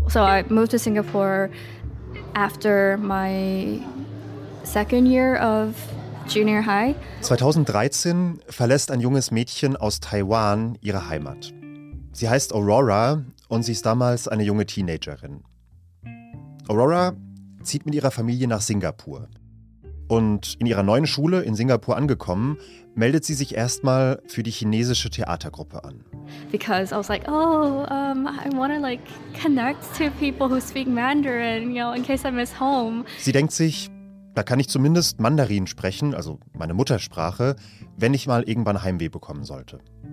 So I moved to Singapore after my second year of junior high. 2013 verlässt ein junges Mädchen aus Taiwan ihre Heimat. Sie heißt Aurora und sie ist damals eine junge Teenagerin. Aurora zieht mit ihrer Familie nach Singapur. Und in ihrer neuen Schule in Singapur angekommen, meldet sie sich erstmal für die chinesische Theatergruppe an. Because I was like, I want to connect to people who speak Mandarin, in case I miss home. Sie denkt sich, da kann ich zumindest Mandarin sprechen, also meine Muttersprache, wenn ich mal irgendwann Heimweh bekommen sollte.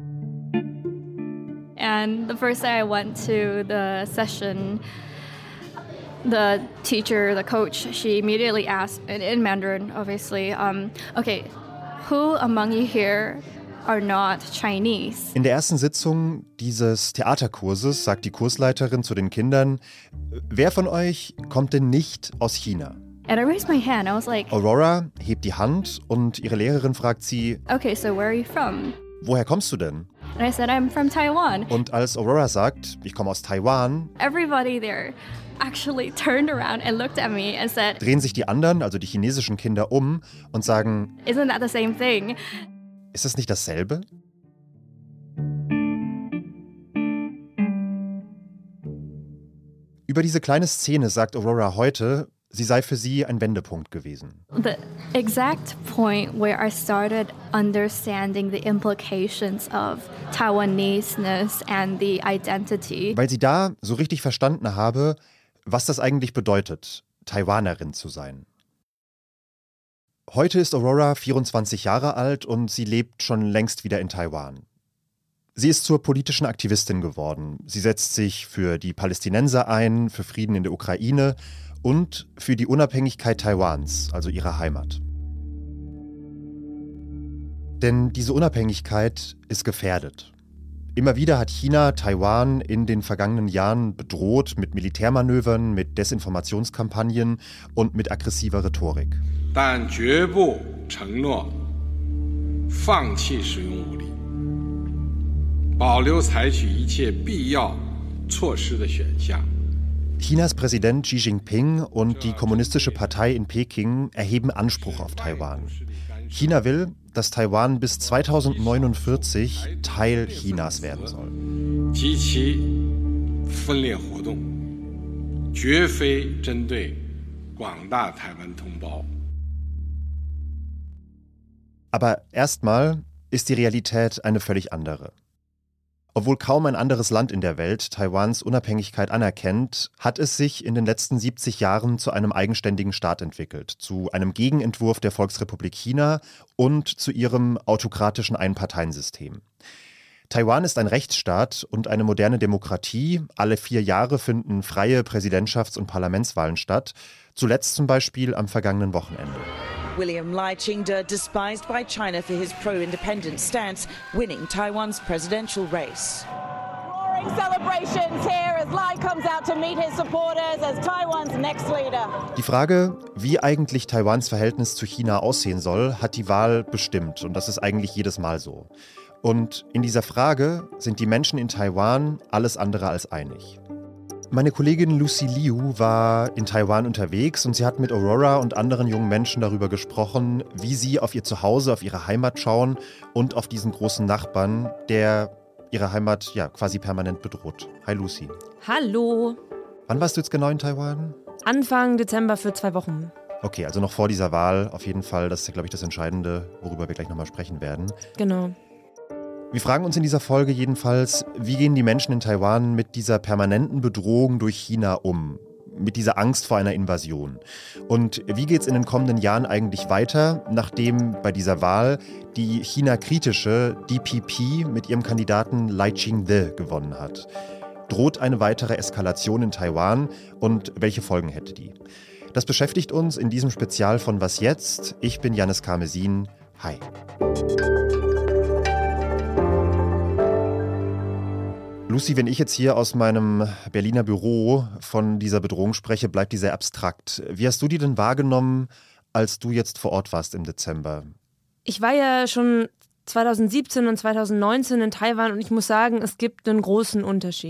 And the first day I went to the session, the teacher, the coach, she immediately asked, in Mandarin, obviously, okay, who among you here are not Chinese? In der ersten Sitzung dieses Theaterkurses sagt die Kursleiterin zu den Kindern, wer von euch kommt denn nicht aus China? And I raised my hand. I was like, Aurora hebt die Hand und ihre Lehrerin fragt sie, okay, so where are you from? Woher kommst du denn? And I said, I'm from Taiwan. Und als Aurora sagt, ich komme aus Taiwan, everybody there actually turned around and looked at me and said, drehen sich die anderen, also die chinesischen Kinder, um und sagen, isn't that the same thing? Ist das nicht dasselbe? Über diese kleine Szene sagt Aurora heute, sie sei für sie ein Wendepunkt gewesen. The exact point where I started understanding the implications of Taiwanese-ness and the identity. Weil sie da so richtig verstanden habe, was das eigentlich bedeutet, Taiwanerin zu sein. Heute ist Aurora 24 Jahre alt und sie lebt schon längst wieder in Taiwan. Sie ist zur politischen Aktivistin geworden. Sie setzt sich für die Palästinenser ein, für Frieden in der Ukraine und für die Unabhängigkeit Taiwans, also ihrer Heimat. Denn diese Unabhängigkeit ist gefährdet. Immer wieder hat China Taiwan in den vergangenen Jahren bedroht mit Militärmanövern, mit Desinformationskampagnen und mit aggressiver Rhetorik. Chinas Präsident Xi Jinping und die Kommunistische Partei in Peking erheben Anspruch auf Taiwan. China will, dass Taiwan bis 2049 Teil Chinas werden soll. Aber erstmal ist die Realität eine völlig andere. Obwohl kaum ein anderes Land in der Welt Taiwans Unabhängigkeit anerkennt, hat es sich in den letzten 70 Jahren zu einem eigenständigen Staat entwickelt, zu einem Gegenentwurf der Volksrepublik China und zu ihrem autokratischen Einparteiensystem. Taiwan ist ein Rechtsstaat und eine moderne Demokratie. Alle 4 Jahre finden freie Präsidentschafts- und Parlamentswahlen statt, zuletzt zum Beispiel am vergangenen Wochenende. William Lai Ching-te, despised by China for his pro-independence stance, winning Taiwan's presidential race. Roaring celebrations here as Lai comes out to meet his supporters as Taiwan's next leader. Die Frage, wie eigentlich Taiwans Verhältnis zu China aussehen soll, hat die Wahl bestimmt. Und das ist eigentlich jedes Mal so. Und in dieser Frage sind die Menschen in Taiwan alles andere als einig. Meine Kollegin Lucy Liu war in Taiwan unterwegs und sie hat mit Aurora und anderen jungen Menschen darüber gesprochen, wie sie auf ihr Zuhause, auf ihre Heimat schauen und auf diesen großen Nachbarn, der ihre Heimat ja quasi permanent bedroht. Hi Lucy. Hallo. Wann warst du jetzt genau in Taiwan? Anfang Dezember für 2 Wochen. Okay, also noch vor dieser Wahl auf jeden Fall. Das ist, glaube ich, das Entscheidende, worüber wir gleich nochmal sprechen werden. Genau. Wir fragen uns in dieser Folge jedenfalls, wie gehen die Menschen in Taiwan mit dieser permanenten Bedrohung durch China um? Mit dieser Angst vor einer Invasion? Und wie geht es in den kommenden Jahren eigentlich weiter, nachdem bei dieser Wahl die China-kritische DPP mit ihrem Kandidaten Lai Ching-te gewonnen hat? Droht eine weitere Eskalation in Taiwan und welche Folgen hätte die? Das beschäftigt uns in diesem Spezial von Was jetzt? Ich bin Jannis Karmesin. Hi. Lucy, wenn ich jetzt hier aus meinem Berliner Büro von dieser Bedrohung spreche, bleibt die sehr abstrakt. Wie hast du die denn wahrgenommen, als du jetzt vor Ort warst im Dezember? Ich war ja schon 2017 und 2019 in Taiwan und ich muss sagen, es gibt einen großen Unterschied.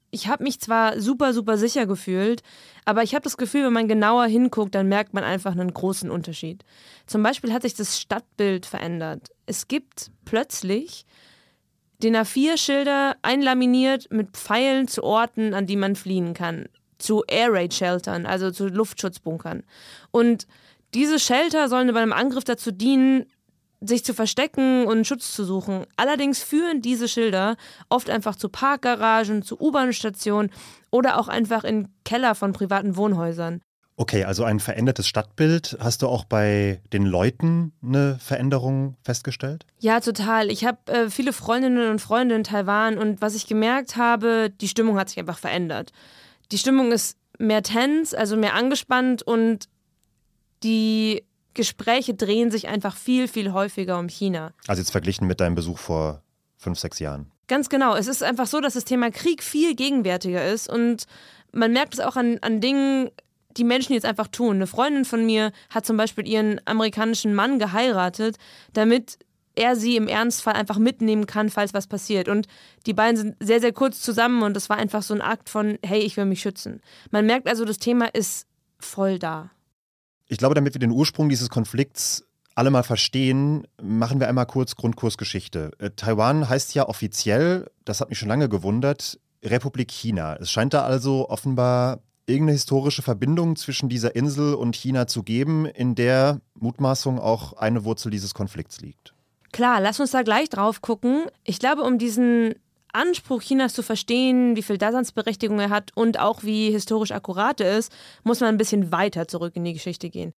ich habe mich zwar super, super sicher gefühlt, aber ich habe das Gefühl, wenn man genauer hinguckt, dann merkt man einfach einen großen Unterschied. Zum Beispiel hat sich das Stadtbild verändert. Es gibt plötzlich DIN A4-Schilder einlaminiert mit Pfeilen zu Orten, an die man fliehen kann. Zu Air Raid Sheltern, also zu Luftschutzbunkern. Und diese Shelter sollen bei einem Angriff dazu dienen, sich zu verstecken und Schutz zu suchen. Allerdings führen diese Schilder oft einfach zu Parkgaragen, zu U-Bahn-Stationen oder auch einfach in Keller von privaten Wohnhäusern. Okay, also ein verändertes Stadtbild. Hast du auch bei den Leuten eine Veränderung festgestellt? Ja, total. Ich habe viele Freundinnen und Freunde in Taiwan und was ich gemerkt habe, die Stimmung hat sich einfach verändert. Die Stimmung ist mehr tense, also mehr angespannt und die Gespräche drehen sich einfach viel, viel häufiger um China. Also jetzt verglichen mit deinem Besuch vor 5, 6 Jahren. Ganz genau. Es ist einfach so, dass das Thema Krieg viel gegenwärtiger ist und man merkt es auch an Dingen, die Menschen jetzt einfach tun. Eine Freundin von mir hat zum Beispiel ihren amerikanischen Mann geheiratet, damit er sie im Ernstfall einfach mitnehmen kann, falls was passiert. Und die beiden sind sehr, sehr kurz zusammen und das war einfach so ein Akt von, hey, ich will mich schützen. Man merkt also, das Thema ist voll da. Ich glaube, damit wir den Ursprung dieses Konflikts alle mal verstehen, machen wir einmal kurz Grundkursgeschichte. Taiwan heißt ja offiziell, das hat mich schon lange gewundert, Republik China. Es scheint da also offenbar irgendeine historische Verbindung zwischen dieser Insel und China zu geben, in der Mutmaßung auch eine Wurzel dieses Konflikts liegt. Klar, lass uns da gleich drauf gucken. Ich glaube, um diesen Anspruch Chinas zu verstehen, wie viel Daseinsberechtigung er hat und auch wie historisch akkurat er ist, muss man ein bisschen weiter zurück in die Geschichte gehen.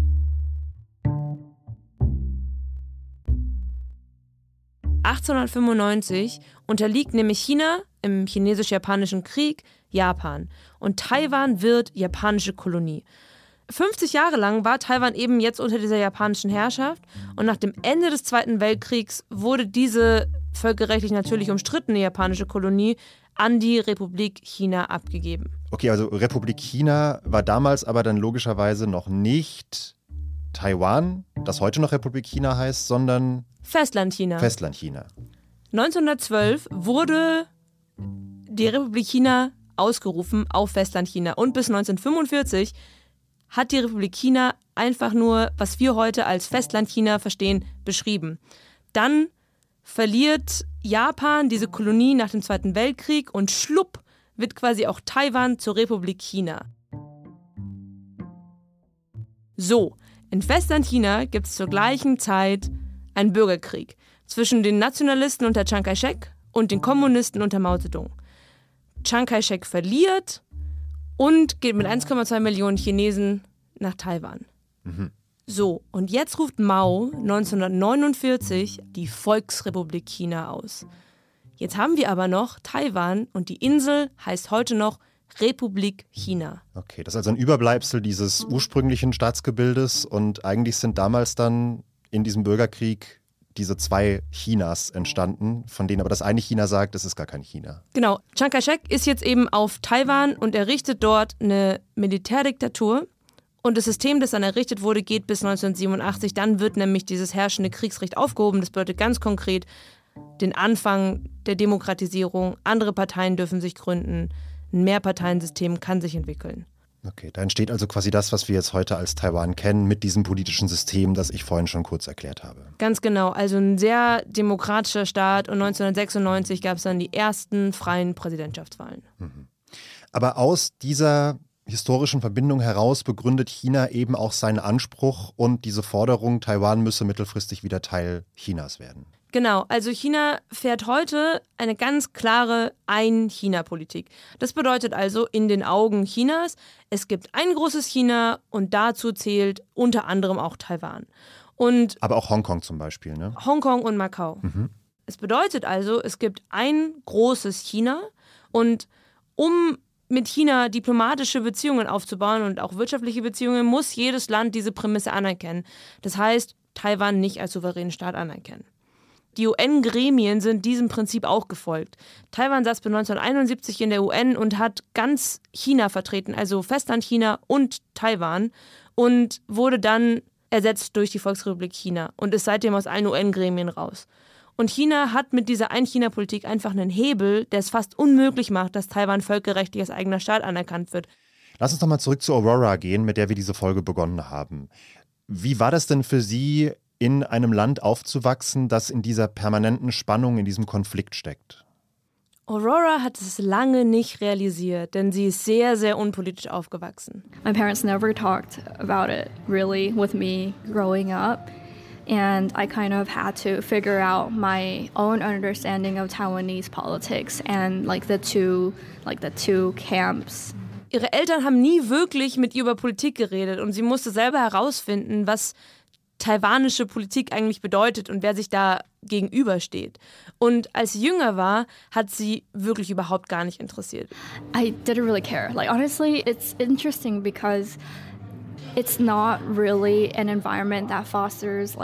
(1895) unterliegt nämlich China im Chinesisch-Japanischen Krieg Japan und Taiwan wird japanische Kolonie. 50 Jahre lang war Taiwan eben jetzt unter dieser japanischen Herrschaft und nach dem Ende des Zweiten Weltkriegs wurde diese völkerrechtlich natürlich umstrittene japanische Kolonie an die Republik China abgegeben. Okay, also Republik China war damals aber dann logischerweise noch nicht Taiwan, das heute noch Republik China heißt, sondern Festlandchina. Festlandchina. 1912 wurde die Republik China ausgerufen auf Festlandchina und bis 1945 hat die Republik China einfach nur, was wir heute als Festlandchina verstehen, beschrieben. Dann verliert Japan diese Kolonie nach dem Zweiten Weltkrieg und schlupp wird quasi auch Taiwan zur Republik China. So, in Festlandchina gibt es zur gleichen Zeit einen Bürgerkrieg zwischen den Nationalisten unter Chiang Kai-shek und den Kommunisten unter Mao Zedong. Chiang Kai-shek verliert und geht mit 1,2 Millionen Chinesen nach Taiwan. So, und jetzt ruft Mao 1949 die Volksrepublik China aus. Jetzt haben wir aber noch Taiwan und die Insel heißt heute noch Republik China. Okay, das ist also ein Überbleibsel dieses ursprünglichen Staatsgebildes und eigentlich sind damals dann in diesem Bürgerkrieg diese 2 Chinas entstanden, von denen aber das eine China sagt, es ist gar kein China. Genau, Chiang Kai-shek ist jetzt eben auf Taiwan und errichtet dort eine Militärdiktatur. Und das System, das dann errichtet wurde, geht bis 1987. Dann wird nämlich dieses herrschende Kriegsrecht aufgehoben. Das bedeutet ganz konkret den Anfang der Demokratisierung. Andere Parteien dürfen sich gründen. Ein Mehrparteiensystem kann sich entwickeln. Okay, da entsteht also quasi das, was wir jetzt heute als Taiwan kennen, mit diesem politischen System, das ich vorhin schon kurz erklärt habe. Ganz genau, also ein sehr demokratischer Staat und 1996 gab es dann die ersten freien Präsidentschaftswahlen. Aber aus dieser historischen Verbindung heraus begründet China eben auch seinen Anspruch und diese Forderung, Taiwan müsse mittelfristig wieder Teil Chinas werden. Genau, also China fährt heute eine ganz klare Ein-China-Politik. Das bedeutet also in den Augen Chinas, es gibt ein großes China und dazu zählt unter anderem auch Taiwan. Aber auch Hongkong zum Beispiel, ne? Hongkong und Macau. Es bedeutet also, es gibt ein großes China und um mit China diplomatische Beziehungen aufzubauen und auch wirtschaftliche Beziehungen, muss jedes Land diese Prämisse anerkennen. Das heißt, Taiwan nicht als souveränen Staat anerkennen. Die UN-Gremien sind diesem Prinzip auch gefolgt. Taiwan saß bis 1971 in der UN und hat ganz China vertreten, also Festlandchina und Taiwan, und wurde dann ersetzt durch die Volksrepublik China und ist seitdem aus allen UN-Gremien raus. Und China hat mit dieser Ein-China-Politik einfach einen Hebel, der es fast unmöglich macht, dass Taiwan völkerrechtlich als eigener Staat anerkannt wird. Lass uns doch mal zurück zu Aurora gehen, mit der wir diese Folge begonnen haben. Wie war das denn für Sie, in einem Land aufzuwachsen, das in dieser permanenten Spannung, in diesem Konflikt steckt? Aurora hat es lange nicht realisiert, denn sie ist sehr, sehr unpolitisch aufgewachsen. My parents never talked about it really with me growing up. And I kind of had to figure out my own understanding of Taiwanese politics and the two camps. Ihre Eltern haben nie wirklich mit ihr über Politik geredet und sie musste selber herausfinden, was taiwanische Politik eigentlich bedeutet und wer sich da gegenübersteht. Und als sie jünger war, hat sie wirklich überhaupt gar nicht interessiert. I didn't really care. Honestly, it's interesting because it's not really an environment that fosters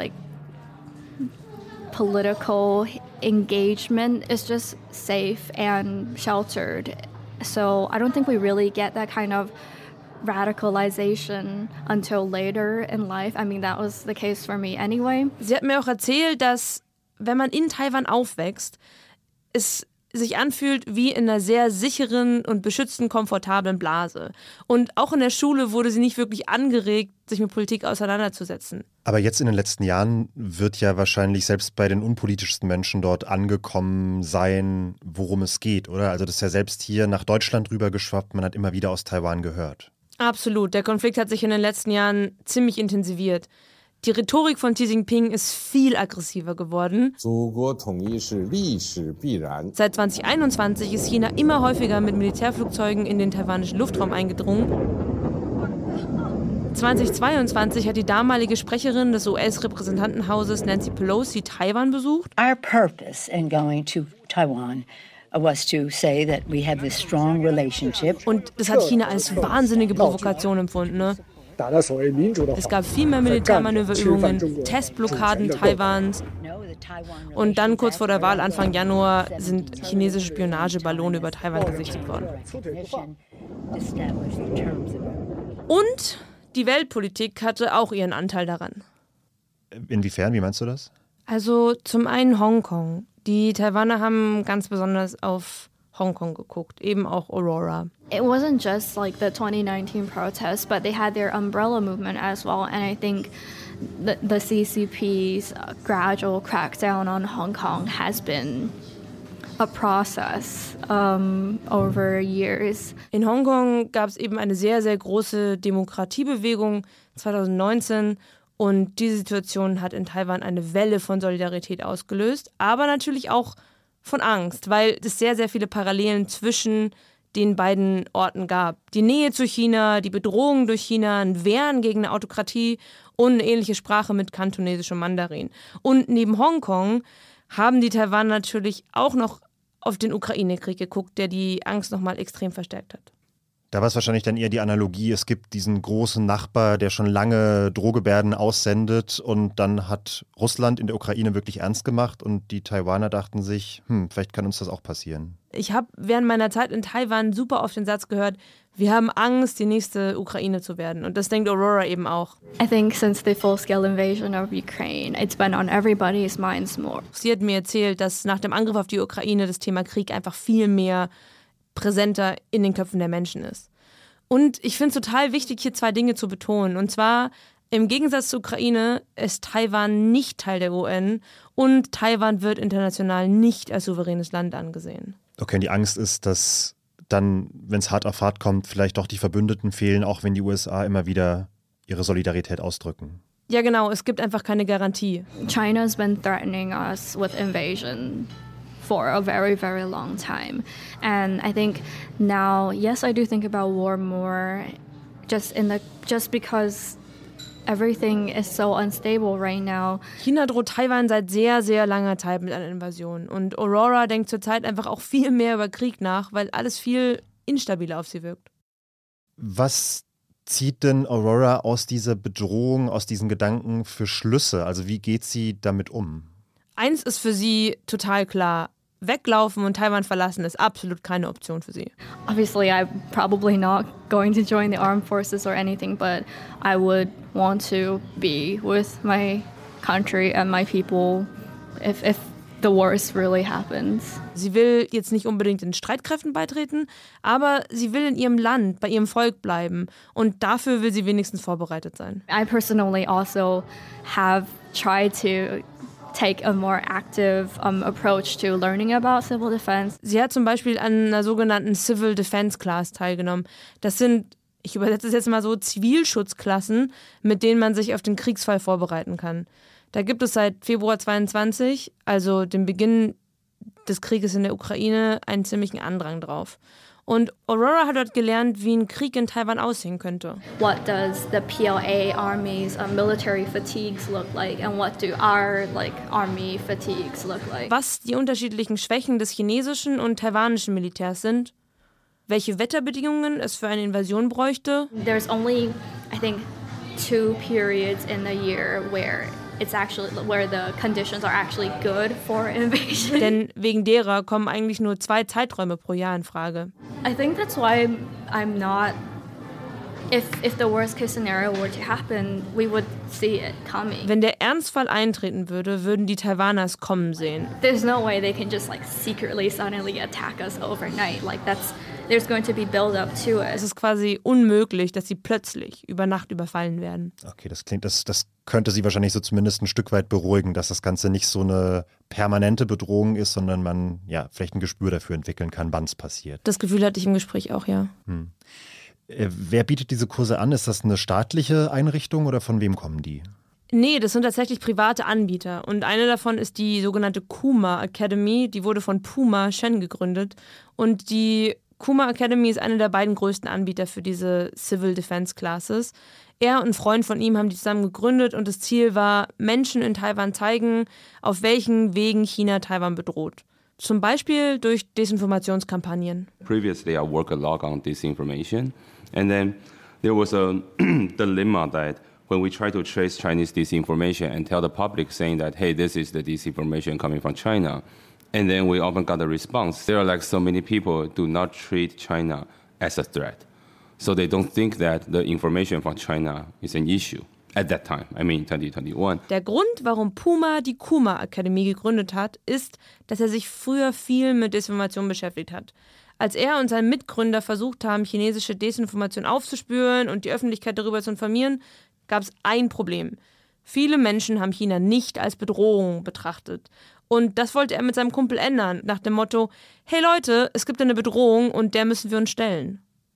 political engagement. It's just safe and sheltered. So I don't think we really get that kind of radicalization until later in life. I mean, that was the case for me anyway. Sie hat mir auch erzählt, dass wenn man in Taiwan aufwächst, es sich anfühlt wie in einer sehr sicheren und beschützten, komfortablen Blase. Und auch in der Schule wurde sie nicht wirklich angeregt, sich mit Politik auseinanderzusetzen. Aber jetzt in den letzten Jahren wird ja wahrscheinlich selbst bei den unpolitischsten Menschen dort angekommen sein, worum es geht, oder? Also das ist ja selbst hier nach Deutschland rübergeschwappt, man hat immer wieder aus Taiwan gehört. Absolut. Der Konflikt hat sich in den letzten Jahren ziemlich intensiviert. Die Rhetorik von Xi Jinping ist viel aggressiver geworden. Seit 2021 ist China immer häufiger mit Militärflugzeugen in den taiwanischen Luftraum eingedrungen. 2022 hat die damalige Sprecherin des US-Repräsentantenhauses Nancy Pelosi Taiwan besucht. Our purpose in going to Taiwan was to say that we have this strong relationship. Und das hat China als wahnsinnige Provokation empfunden, ne? Es gab viel mehr Militärmanöverübungen, Testblockaden Taiwans und dann kurz vor der Wahl Anfang Januar sind chinesische Spionageballone über Taiwan gesichtet worden. Und die Weltpolitik hatte auch ihren Anteil daran. Inwiefern? Wie meinst du das? Also zum einen Hongkong. Die Taiwaner haben ganz besonders auf Hongkong geguckt, eben auch Aurora. It wasn't just the 2019 protests, but they had their umbrella movement as well. And I think the CCP's gradual crackdown on Hong Kong has been a process over years. In Hongkong gab es eben eine sehr, sehr große Demokratiebewegung 2019 und diese Situation hat in Taiwan eine Welle von Solidarität ausgelöst, aber natürlich auch von Angst, weil es sehr, sehr viele Parallelen zwischen den beiden Orten gab. Die Nähe zu China, die Bedrohung durch China, ein Wehren gegen eine Autokratie und eine ähnliche Sprache mit kantonesischem Mandarin. Und neben Hongkong haben die Taiwan natürlich auch noch auf den Ukraine-Krieg geguckt, der die Angst nochmal extrem verstärkt hat. Da war es wahrscheinlich dann eher die Analogie, es gibt diesen großen Nachbar, der schon lange Drohgebärden aussendet und dann hat Russland in der Ukraine wirklich ernst gemacht und die Taiwaner dachten sich, vielleicht kann uns das auch passieren. Ich habe während meiner Zeit in Taiwan super oft den Satz gehört, wir haben Angst, die nächste Ukraine zu werden. Und das denkt Aurora eben auch. I think since the full-scale invasion of Ukraine, it's been on everybody's minds more. Sie hat mir erzählt, dass nach dem Angriff auf die Ukraine das Thema Krieg einfach viel mehr präsenter in den Köpfen der Menschen ist. Und ich finde es total wichtig, hier zwei Dinge zu betonen. Und zwar, im Gegensatz zur Ukraine ist Taiwan nicht Teil der UN und Taiwan wird international nicht als souveränes Land angesehen. Okay, und die Angst ist, dass dann, wenn es hart auf hart kommt, vielleicht doch die Verbündeten fehlen, auch wenn die USA immer wieder ihre Solidarität ausdrücken. Ja genau, es gibt einfach keine Garantie. China's been threatening us with invasion for a very, very long time. And I think now, yes, I do think about war more just because everything is so unstable right now. China droht Taiwan seit sehr, sehr langer Zeit mit einer Invasion. Und Aurora denkt zurzeit einfach auch viel mehr über Krieg nach, weil alles viel instabiler auf sie wirkt. Was zieht denn Aurora aus dieser Bedrohung, aus diesen Gedanken für Schlüsse? Also wie geht sie damit um? Eins ist für sie total klar. Weglaufen und Taiwan verlassen ist absolut keine Option für sie. Obviously, I'm probably not going to join the armed forces or anything, but I would want to be with my country and my people if the worst really happens. Sie will jetzt nicht unbedingt den Streitkräften beitreten, aber sie will in ihrem Land, bei ihrem Volk bleiben. Und dafür will sie wenigstens vorbereitet sein. I personally also have tried to take a more active approach to learning about civil defense. Sie hat zum Beispiel an einer sogenannten Civil Defense Class teilgenommen. Das sind, ich übersetze es jetzt mal so, Zivilschutzklassen, mit denen man sich auf den Kriegsfall vorbereiten kann. Da gibt es seit Februar 22, also dem Beginn des Krieges in der Ukraine, einen ziemlichen Andrang drauf. Und Aurora hat dort gelernt, wie ein Krieg in Taiwan aussehen könnte. What does the PLA Army's military fatigues look like and what do our army fatigues look like? Was die unterschiedlichen Schwächen des chinesischen und taiwanischen Militärs sind, welche Wetterbedingungen es für eine Invasion bräuchte. There's only, I think, 2 periods in the year where the conditions are actually good for invasion. Denn wegen derer kommen eigentlich nur 2 Zeiträume pro Jahr in Frage. I think that's why I'm not. If the worst case scenario were to happen, we would see it coming. Wenn der Ernstfall eintreten würde, würden die Taiwaners kommen sehen. There's no way they can just secretly suddenly attack us overnight. There's going to be build up to it. Es ist quasi unmöglich, dass sie plötzlich über Nacht überfallen werden. Okay, das könnte sie wahrscheinlich so zumindest ein Stück weit beruhigen, dass das Ganze nicht so eine permanente Bedrohung ist, sondern man vielleicht ein Gespür dafür entwickeln kann, wann es passiert. Das Gefühl hatte ich im Gespräch auch, ja. Wer bietet diese Kurse an? Ist das eine staatliche Einrichtung oder von wem kommen die? Nee, das sind tatsächlich private Anbieter. Und eine davon ist die sogenannte Kuma Academy. Die wurde von Puma Shen gegründet. Und die Kuma Academy ist einer der beiden größten Anbieter für diese Civil Defense Classes. Er und ein Freund von ihm haben die zusammen gegründet und das Ziel war, Menschen in Taiwan zeigen, auf welchen Wegen China Taiwan bedroht. Zum Beispiel durch Desinformationskampagnen. Previously, I worked a lot on disinformation, and then there was a dilemma that when we try to trace Chinese disinformation and tell the public saying that, hey, this is the disinformation coming from China, and then we often got a response. There are so many people do not treat China as a threat. So they don't think that the information from China is an issue at that time, 2021. Der Grund, warum Puma die Kuma Akademie gegründet hat, ist, dass er sich früher viel mit Desinformation beschäftigt hat. Als er und sein Mitgründer versucht haben, chinesische Desinformation aufzuspüren und die Öffentlichkeit darüber zu informieren, gab es ein Problem. Viele Menschen haben China nicht als Bedrohung betrachtet. Und das wollte er mit seinem Kumpel ändern, nach dem Motto, hey Leute, es gibt eine Bedrohung und der müssen wir uns stellen.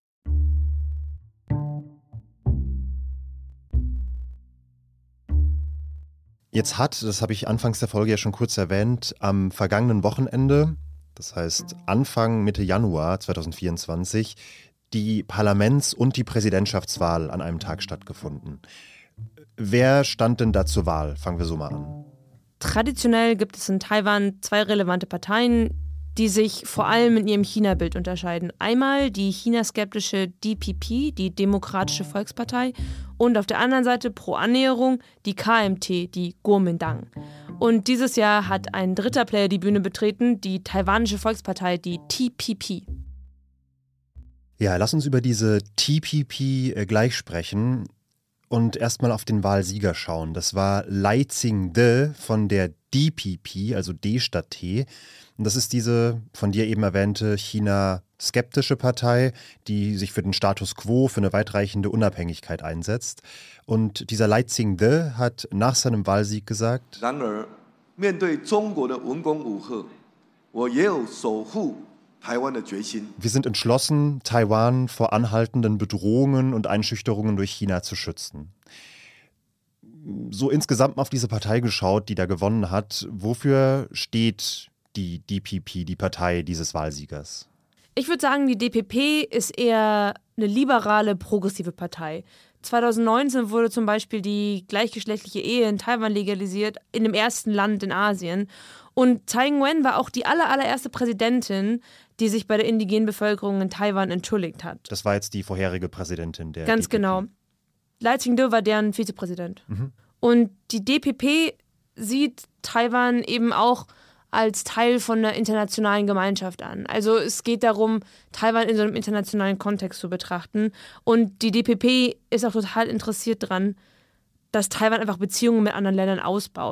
Jetzt das habe ich anfangs der Folge ja schon kurz erwähnt, am vergangenen Wochenende, das heißt Anfang Mitte Januar 2024, die Parlaments- und die Präsidentschaftswahl an einem Tag stattgefunden. Wer stand denn da zur Wahl? Fangen wir so mal an. Traditionell gibt es in Taiwan 2 relevante Parteien, die sich vor allem in ihrem China-Bild unterscheiden. Einmal die China-skeptische DPP, die Demokratische Volkspartei, und auf der anderen Seite pro Annäherung die KMT, die Kuomintang. Und dieses Jahr hat ein dritter Player die Bühne betreten, die Taiwanische Volkspartei, die TPP. Ja, lass uns über diese TPP gleich sprechen und erstmal auf den Wahlsieger schauen. Das war Lai Ching-te von der DPP, also D statt T. Und das ist diese von dir eben erwähnte China-skeptische Partei, die sich für den Status quo, für eine weitreichende Unabhängigkeit einsetzt. Und dieser Lai Ching-te hat nach seinem Wahlsieg gesagt: Wir sind entschlossen, Taiwan vor anhaltenden Bedrohungen und Einschüchterungen durch China zu schützen. So insgesamt mal auf diese Partei geschaut, die da gewonnen hat. Wofür steht die DPP, die Partei dieses Wahlsiegers? Ich würde sagen, die DPP ist eher eine liberale, progressive Partei. 2019 wurde zum Beispiel die gleichgeschlechtliche Ehe in Taiwan legalisiert, in dem ersten Land in Asien. Und Tsai Ing-wen war auch die allererste Präsidentin, die sich bei der indigenen Bevölkerung in Taiwan entschuldigt hat. Das war jetzt die vorherige Präsidentin der Ganz DPP. genau. Lai Ching-te war deren Vizepräsident. Mhm. Und die DPP sieht Taiwan eben auch als Teil von einer internationalen Gemeinschaft an. Also es geht darum, Taiwan in so einem internationalen Kontext zu betrachten. Und die DPP ist auch total interessiert daran, dass Taiwan einfach Beziehungen mit anderen Ländern ausbaut.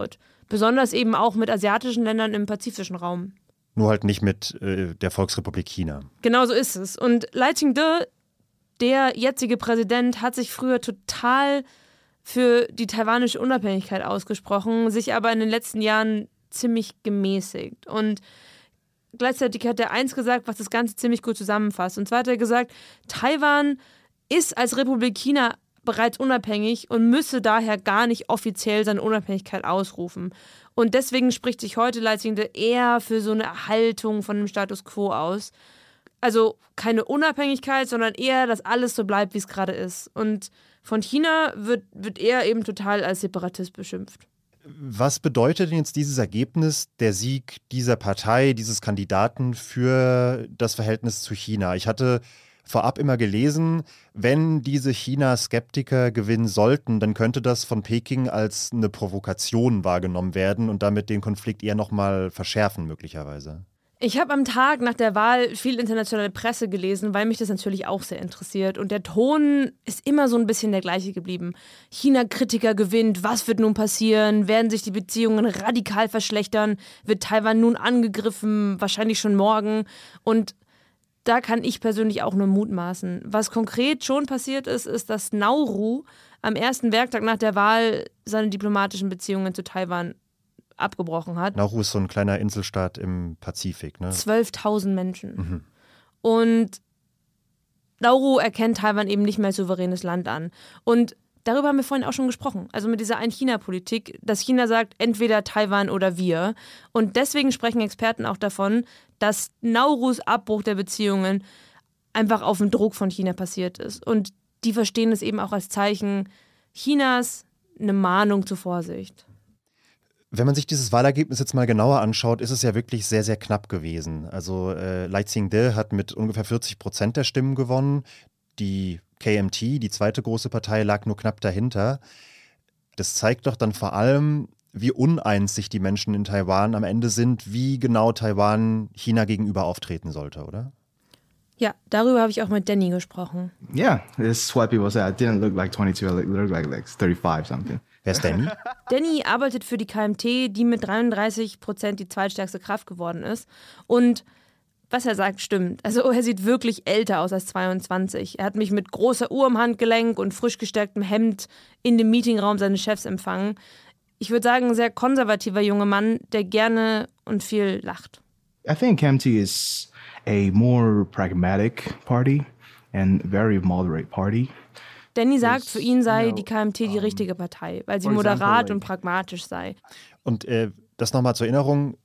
besonders eben auch mit asiatischen Ländern im pazifischen Raum. Nur halt nicht mit der Volksrepublik China. Genau so ist es. Und Lai Ching-te, der jetzige Präsident, hat sich früher total für die taiwanische Unabhängigkeit ausgesprochen, sich aber in den letzten Jahren ziemlich gemäßigt. Und gleichzeitig hat er eins gesagt, was das Ganze ziemlich gut zusammenfasst. Und zwar hat er gesagt, Taiwan ist als Republik China bereits unabhängig und müsse daher gar nicht offiziell seine Unabhängigkeit ausrufen. Und deswegen spricht sich heute Lai Ching-te eher für so eine Erhaltung von dem Status quo aus. Also keine Unabhängigkeit, sondern eher, dass alles so bleibt, wie es gerade ist. Und von China wird er eben total als Separatist beschimpft. Was bedeutet denn jetzt dieses Ergebnis, der Sieg dieser Partei, dieses Kandidaten für das Verhältnis zu China? Ich hatte vorab immer gelesen, wenn diese China-Skeptiker gewinnen sollten, dann könnte das von Peking als eine Provokation wahrgenommen werden und damit den Konflikt eher nochmal verschärfen möglicherweise. Ich habe am Tag nach der Wahl viel internationale Presse gelesen, weil mich das natürlich auch sehr interessiert. Und der Ton ist immer so ein bisschen der gleiche geblieben. China-Kritiker gewinnt, was wird nun passieren? Werden sich die Beziehungen radikal verschlechtern? Wird Taiwan nun angegriffen? Wahrscheinlich schon morgen. Und da kann ich persönlich auch nur mutmaßen. Was konkret schon passiert ist, ist, dass Nauru am ersten Werktag nach der Wahl seine diplomatischen Beziehungen zu Taiwan abgebrochen hat. Nauru ist so ein kleiner Inselstaat im Pazifik, ne? 12.000 Menschen. Und Nauru erkennt Taiwan eben nicht mehr als souveränes Land an. Und darüber haben wir vorhin auch schon gesprochen. Also mit dieser Ein-China-Politik, dass China sagt, entweder Taiwan oder wir. Und deswegen sprechen Experten auch davon, dass Naurus Abbruch der Beziehungen einfach auf den Druck von China passiert ist. Und die verstehen es eben auch als Zeichen Chinas, eine Mahnung zur Vorsicht. Wenn man sich dieses Wahlergebnis jetzt mal genauer anschaut, ist es ja wirklich sehr, sehr knapp gewesen. Also Lai Ching-te hat mit ungefähr 40% der Stimmen gewonnen. Die KMT, die zweite große Partei, lag nur knapp dahinter. Das zeigt doch dann vor allem, wie uneins sich die Menschen in Taiwan am Ende sind, wie genau Taiwan China gegenüber auftreten sollte, oder? Ja, darüber habe ich auch mit Danny gesprochen. Yeah, this is what people say. I didn't look like 22, I looked like 35 something. Wer ist Danny? Danny arbeitet für die KMT, die mit 33% die zweitstärkste Kraft geworden ist. Und was er sagt, stimmt. Also er sieht wirklich älter aus als 22. Er hat mich mit großer Uhr am Handgelenk und frisch gestärktem Hemd in dem Meetingraum seines Chefs empfangen. Ich würde sagen, ein sehr konservativer junger Mann, der gerne und viel lacht. I think KMT is a more pragmatic party and very moderate party. Danny sagt, für ihn sei die KMT die richtige Partei, weil sie moderat und pragmatisch sei. Und das nochmal zur Erinnerung,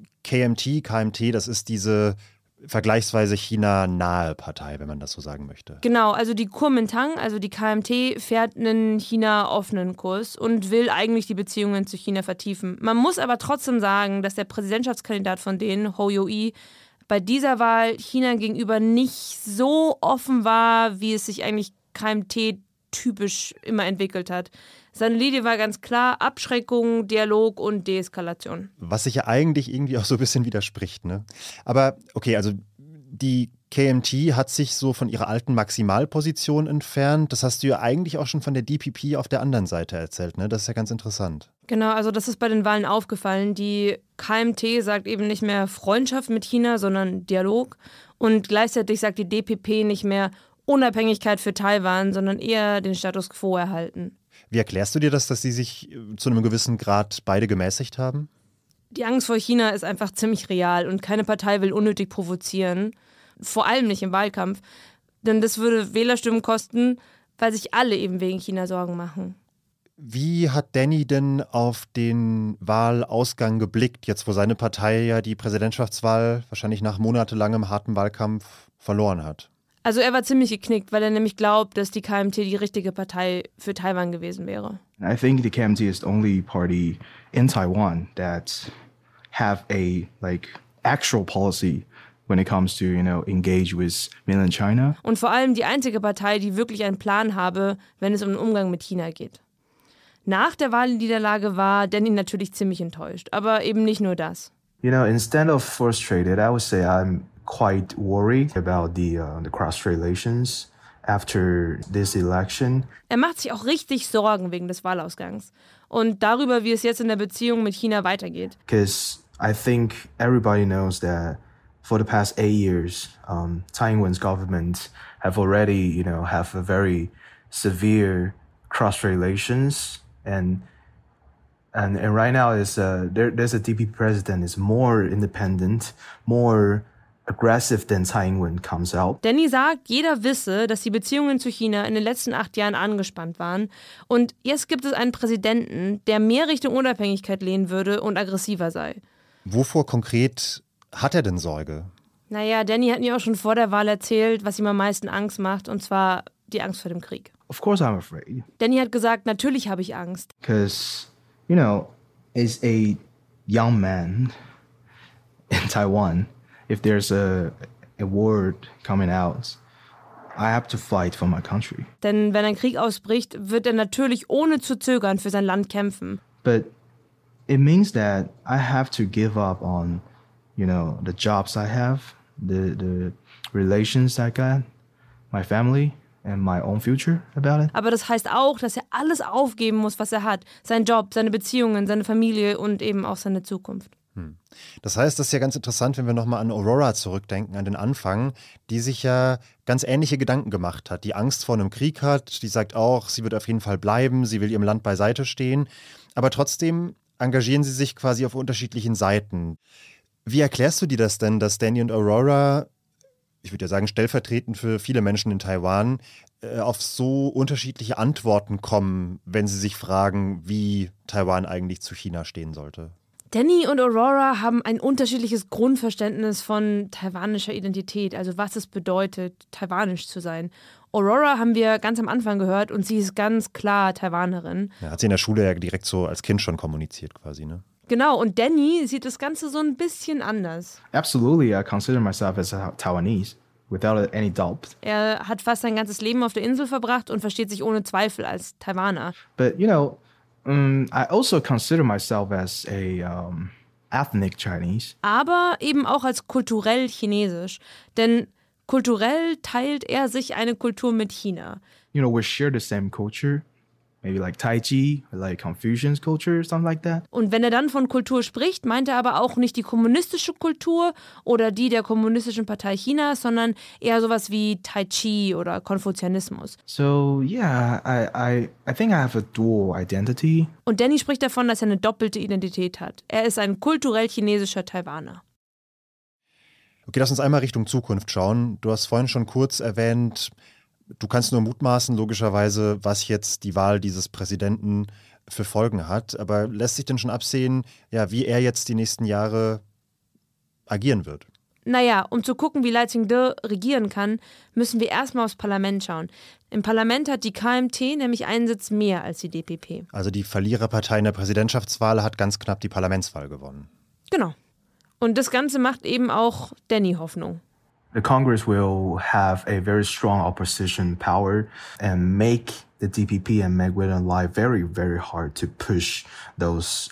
KMT, das ist diese vergleichsweise China-nahe Partei, wenn man das so sagen möchte. Genau, also die Kuomintang, also die KMT, fährt einen China-offenen Kurs und will eigentlich die Beziehungen zu China vertiefen. Man muss aber trotzdem sagen, dass der Präsidentschaftskandidat von denen, Hou Yu-ih, bei dieser Wahl China gegenüber nicht so offen war, wie es sich eigentlich KMT-typisch immer entwickelt hat. Seine Linie war ganz klar: Abschreckung, Dialog und Deeskalation. Was sich ja eigentlich irgendwie auch so ein bisschen widerspricht, ne? Aber okay, also die KMT hat sich so von ihrer alten Maximalposition entfernt. Das hast du ja eigentlich auch schon von der DPP auf der anderen Seite erzählt, ne? Das ist ja ganz interessant. Genau, also das ist bei den Wahlen aufgefallen. Die KMT sagt eben nicht mehr Freundschaft mit China, sondern Dialog. Und gleichzeitig sagt die DPP nicht mehr Unabhängigkeit für Taiwan, sondern eher den Status quo erhalten. Wie erklärst du dir das, dass sie sich zu einem gewissen Grad beide gemäßigt haben? Die Angst vor China ist einfach ziemlich real und keine Partei will unnötig provozieren. Vor allem nicht im Wahlkampf. Denn das würde Wählerstimmen kosten, weil sich alle eben wegen China Sorgen machen. Wie hat Danny denn auf den Wahlausgang geblickt, jetzt wo seine Partei ja die Präsidentschaftswahl wahrscheinlich nach monatelangem harten Wahlkampf verloren hat? Also er war ziemlich geknickt, weil er nämlich glaubt, dass die KMT die richtige Partei für Taiwan gewesen wäre. I think the KMT is the only party in Taiwan that have a actual policy when it comes to, engage with mainland China. Und vor allem die einzige Partei, die wirklich einen Plan habe, wenn es um den Umgang mit China geht. Nach der Wahlniederlage war Danny natürlich ziemlich enttäuscht, aber eben nicht nur das. Instead of frustrated, I would say I'm quite worried about the cross relations after this election. Er macht sich auch richtig Sorgen wegen des Wahlausgangs. und darüber, wie es jetzt in der Beziehung mit China weitergeht. Because I think everybody knows that for the past 8 years, Taiwan's government have already, have a very severe cross relations, and right now there's a DPP president is more independent, more aggressive than Taiwan comes out. Danny sagt, jeder wisse, dass die Beziehungen zu China in den letzten 8 Jahren angespannt waren. Und jetzt gibt es einen Präsidenten, der mehr Richtung Unabhängigkeit lehnen würde und aggressiver sei. Wovor konkret hat er denn Sorge? Naja, Danny hat mir auch schon vor der Wahl erzählt, was ihm am meisten Angst macht, und zwar die Angst vor dem Krieg. Of course I'm afraid. Danny hat gesagt, natürlich habe ich Angst. Because, as a young man in Taiwan, if there's a war coming out, I have to fight for my country. Denn wenn ein Krieg ausbricht, wird er natürlich ohne zu zögern für sein Land kämpfen. But it means that I have to give up on, the jobs I have, the relations I got, my family and my own future about it. Aber das heißt auch, dass er alles aufgeben muss, was er hat. Sein Job, seine Beziehungen, seine Familie und eben auch seine Zukunft. Das heißt, das ist ja ganz interessant, wenn wir nochmal an Aurora zurückdenken, an den Anfang, die sich ja ganz ähnliche Gedanken gemacht hat, die Angst vor einem Krieg hat, die sagt auch, sie wird auf jeden Fall bleiben, sie will ihrem Land beiseite stehen, aber trotzdem engagieren sie sich quasi auf unterschiedlichen Seiten. Wie erklärst du dir das denn, dass Danny und Aurora, ich würde ja sagen stellvertretend für viele Menschen in Taiwan, auf so unterschiedliche Antworten kommen, wenn sie sich fragen, wie Taiwan eigentlich zu China stehen sollte? Danny und Aurora haben ein unterschiedliches Grundverständnis von taiwanischer Identität, also was es bedeutet, taiwanisch zu sein. Aurora haben wir ganz am Anfang gehört und sie ist ganz klar Taiwanerin. Ja, hat sie in der Schule ja direkt so als Kind schon kommuniziert quasi, ne? Genau, und Danny sieht das Ganze so ein bisschen anders. Absolutely, I consider myself as a Taiwanese, without any doubt. Er hat fast sein ganzes Leben auf der Insel verbracht und versteht sich ohne Zweifel als Taiwaner. But, I also consider myself as a ethnic Chinese. Aber eben auch als kulturell chinesisch. Denn kulturell teilt er sich eine Kultur mit China. We share the same culture. Maybe like Tai Chi, like Confucian's culture, something like that. Und wenn er dann von Kultur spricht, meint er aber auch nicht die kommunistische Kultur oder die der Kommunistischen Partei Chinas, sondern eher sowas wie Tai Chi oder Konfuzianismus. So, yeah, I think I have a dual identity. Und Danny spricht davon, dass er eine doppelte Identität hat. Er ist ein kulturell chinesischer Taiwaner. Okay, lass uns einmal Richtung Zukunft schauen. Du hast vorhin schon kurz erwähnt, du kannst nur mutmaßen, logischerweise, was jetzt die Wahl dieses Präsidenten für Folgen hat. Aber lässt sich denn schon absehen, ja, wie er jetzt die nächsten Jahre agieren wird? Naja, um zu gucken, wie Lai Ching-te regieren kann, müssen wir erstmal aufs Parlament schauen. Im Parlament hat die KMT nämlich einen Sitz mehr als die DPP. Also die Verliererpartei in der Präsidentschaftswahl hat ganz knapp die Parlamentswahl gewonnen. Genau. Und das Ganze macht eben auch Danny Hoffnung. The Congress will have a very strong opposition power and make the DPP and Meg Whitman Lai very, very hard to push those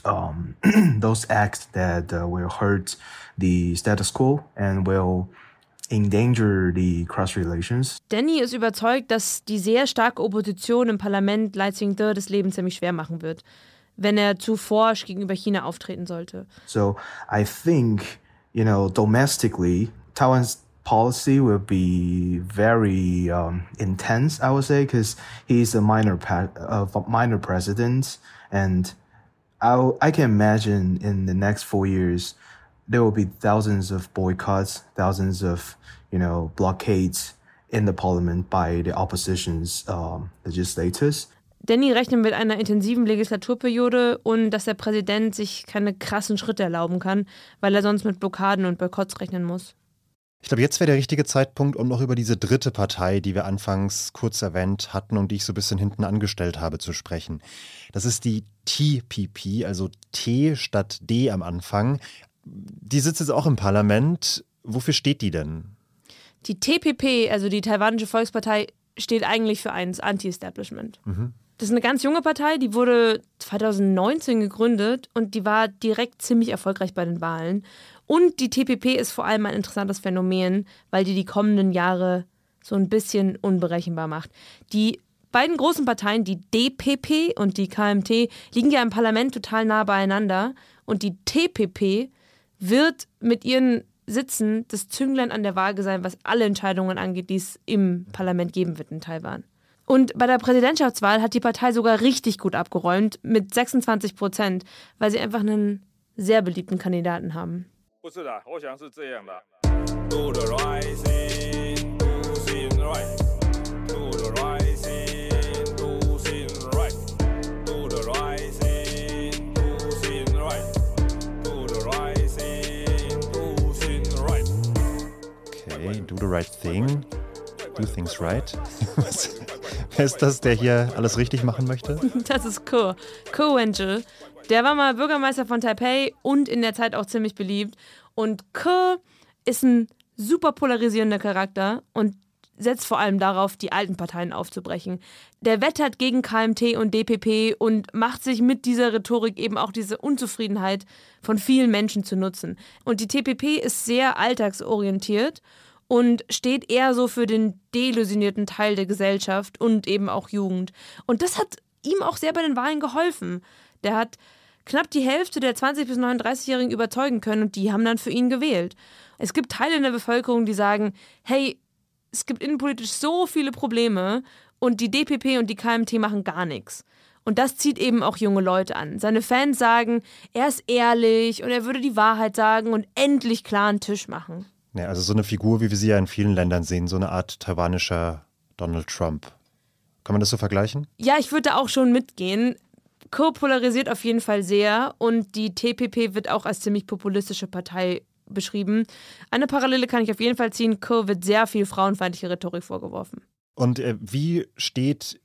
acts that will hurt the status quo and will endanger the cross relations. Danny ist überzeugt, dass die sehr starke Opposition im Parlament Lai Ching-te das Leben ziemlich schwer machen wird, wenn er zu forsch gegenüber China auftreten sollte. So I think, domestically, Taiwan's policy will be very intense, I would say, because he's a minor president, and I can imagine in the next 4 years there will be thousands of boycotts, thousands of blockades in the parliament by the opposition's legislators. Danny rechnet mit einer intensiven Legislaturperiode und dass der Präsident sich keine krassen Schritte erlauben kann, weil er sonst mit Blockaden und Boykotts rechnen muss. Ich glaube, jetzt wäre der richtige Zeitpunkt, um noch über diese dritte Partei, die wir anfangs kurz erwähnt hatten und die ich so ein bisschen hinten angestellt habe, zu sprechen. Das ist die TPP, also T statt D am Anfang. Die sitzt jetzt auch im Parlament. Wofür steht die denn? Die TPP, also die Taiwanische Volkspartei, steht eigentlich für eins, Anti-Establishment. Das ist eine ganz junge Partei, die wurde 2019 gegründet und die war direkt ziemlich erfolgreich bei den Wahlen. Und die TPP ist vor allem ein interessantes Phänomen, weil die kommenden Jahre so ein bisschen unberechenbar macht. Die beiden großen Parteien, die DPP und die KMT, liegen ja im Parlament total nah beieinander. Und die TPP wird mit ihren Sitzen das Zünglein an der Waage sein, was alle Entscheidungen angeht, die es im Parlament geben wird in Taiwan. Und bei der Präsidentschaftswahl hat die Partei sogar richtig gut abgeräumt mit 26%, weil sie einfach einen sehr beliebten Kandidaten haben. Okay, do the right thing, do things right. Wer ist das, der hier alles richtig machen möchte? Das ist Ko Wen-je. Der war mal Bürgermeister von Taipei und in der Zeit auch ziemlich beliebt. Und Ko ist ein super polarisierender Charakter und setzt vor allem darauf, die alten Parteien aufzubrechen. Der wettert gegen KMT und DPP und macht sich mit dieser Rhetorik eben auch diese Unzufriedenheit von vielen Menschen zu nutzen. Und die TPP ist sehr alltagsorientiert und steht eher so für den deillusionierten Teil der Gesellschaft und eben auch Jugend. Und das hat ihm auch sehr bei den Wahlen geholfen. Der hat knapp die Hälfte der 20- bis 39-Jährigen überzeugen können und die haben dann für ihn gewählt. Es gibt Teile in der Bevölkerung, die sagen, hey, es gibt innenpolitisch so viele Probleme und die DPP und die KMT machen gar nichts. Und das zieht eben auch junge Leute an. Seine Fans sagen, er ist ehrlich und er würde die Wahrheit sagen und endlich klaren Tisch machen. Ja, also so eine Figur, wie wir sie ja in vielen Ländern sehen, so eine Art taiwanischer Donald Trump. Kann man das so vergleichen? Ja, ich würde da auch schon mitgehen. Ko polarisiert auf jeden Fall sehr und die TPP wird auch als ziemlich populistische Partei beschrieben. Eine Parallele kann ich auf jeden Fall ziehen. Ko wird sehr viel frauenfeindliche Rhetorik vorgeworfen. Und wie steht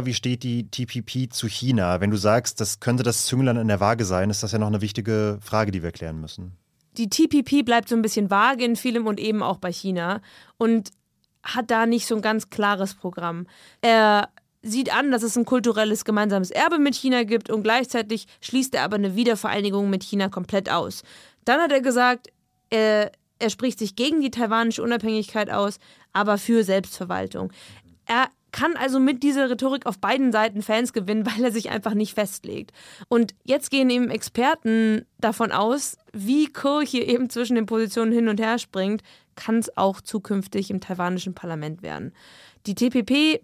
die TPP zu China? Wenn du sagst, das könnte das Zünglein an der Waage sein, ist das ja noch eine wichtige Frage, die wir klären müssen. Die TPP bleibt so ein bisschen vage in vielem und eben auch bei China und hat da nicht so ein ganz klares Programm. Er sieht an, dass es ein kulturelles gemeinsames Erbe mit China gibt und gleichzeitig schließt er aber eine Wiedervereinigung mit China komplett aus. Dann hat er gesagt, er spricht sich gegen die taiwanische Unabhängigkeit aus, aber für Selbstverwaltung. Er kann also mit dieser Rhetorik auf beiden Seiten Fans gewinnen, weil er sich einfach nicht festlegt. Und jetzt gehen eben Experten davon aus, wie Ko hier eben zwischen den Positionen hin und her springt, kann es auch zukünftig im taiwanischen Parlament werden. Die TPP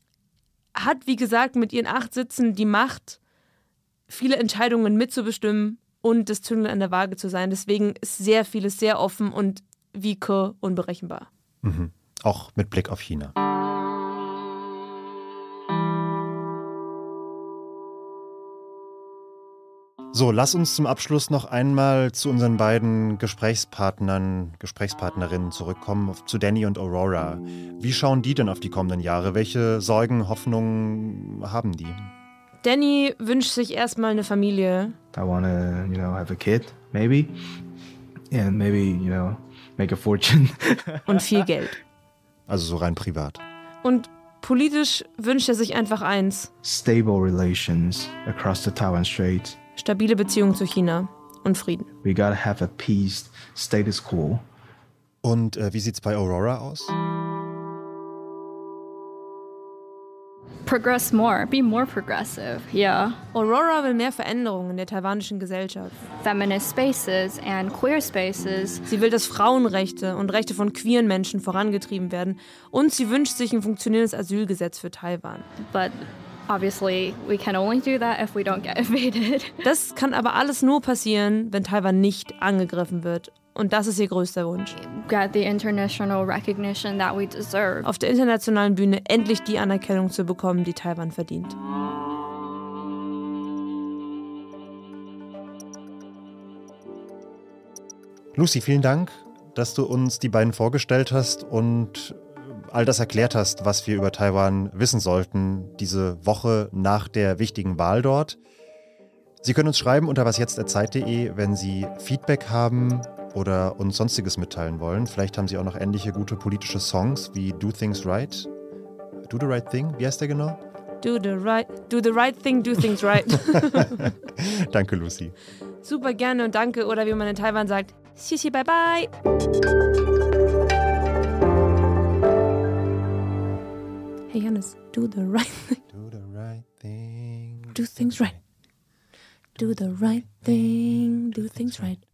hat, wie gesagt, mit ihren 8 Sitzen die Macht, viele Entscheidungen mitzubestimmen und das Zünglein an der Waage zu sein. Deswegen ist sehr vieles sehr offen und wie Ko unberechenbar. Mhm. Auch mit Blick auf China. So, lass uns zum Abschluss noch einmal zu unseren beiden Gesprächspartnerinnen zurückkommen, zu Danny und Aurora. Wie schauen die denn auf die kommenden Jahre? Welche Sorgen, Hoffnungen haben die? Danny wünscht sich erstmal eine Familie. I want to, have a kid, maybe. And maybe, make a fortune. Und viel Geld. Also so rein privat. Und politisch wünscht er sich einfach eins. Stable relations across the Taiwan Strait. Stabile Beziehungen zu China und Frieden. We gotta have a peace, status quo. Und wie sieht's bei Aurora aus? Progress more, be more progressive, yeah. Aurora will mehr Veränderungen in der taiwanischen Gesellschaft. Feminist spaces and queer spaces. Sie will, dass Frauenrechte und Rechte von queeren Menschen vorangetrieben werden. Und sie wünscht sich ein funktionierendes Asylgesetz für Taiwan. But obviously, we can only do that if we don't get invaded. Das kann aber alles nur passieren, wenn Taiwan nicht angegriffen wird. Und das ist ihr größter Wunsch. Get the international recognition that we deserve. Auf der internationalen Bühne endlich die Anerkennung zu bekommen, die Taiwan verdient. Lucy, vielen Dank, dass du uns die beiden vorgestellt hast und all das erklärt hast, was wir über Taiwan wissen sollten, diese Woche nach der wichtigen Wahl dort. Sie können uns schreiben unter wasjetzt@zeit.de, wenn Sie Feedback haben oder uns Sonstiges mitteilen wollen. Vielleicht haben Sie auch noch ähnliche gute politische Songs wie Do Things Right. Do the Right Thing, wie heißt der genau? Do the right thing, do things right. Danke, Lucy. Super gerne und danke, oder wie man in Taiwan sagt, xie bye bye. Hey Janis, do the right thing. right thing. Do things right. Do the right thing. Do things right.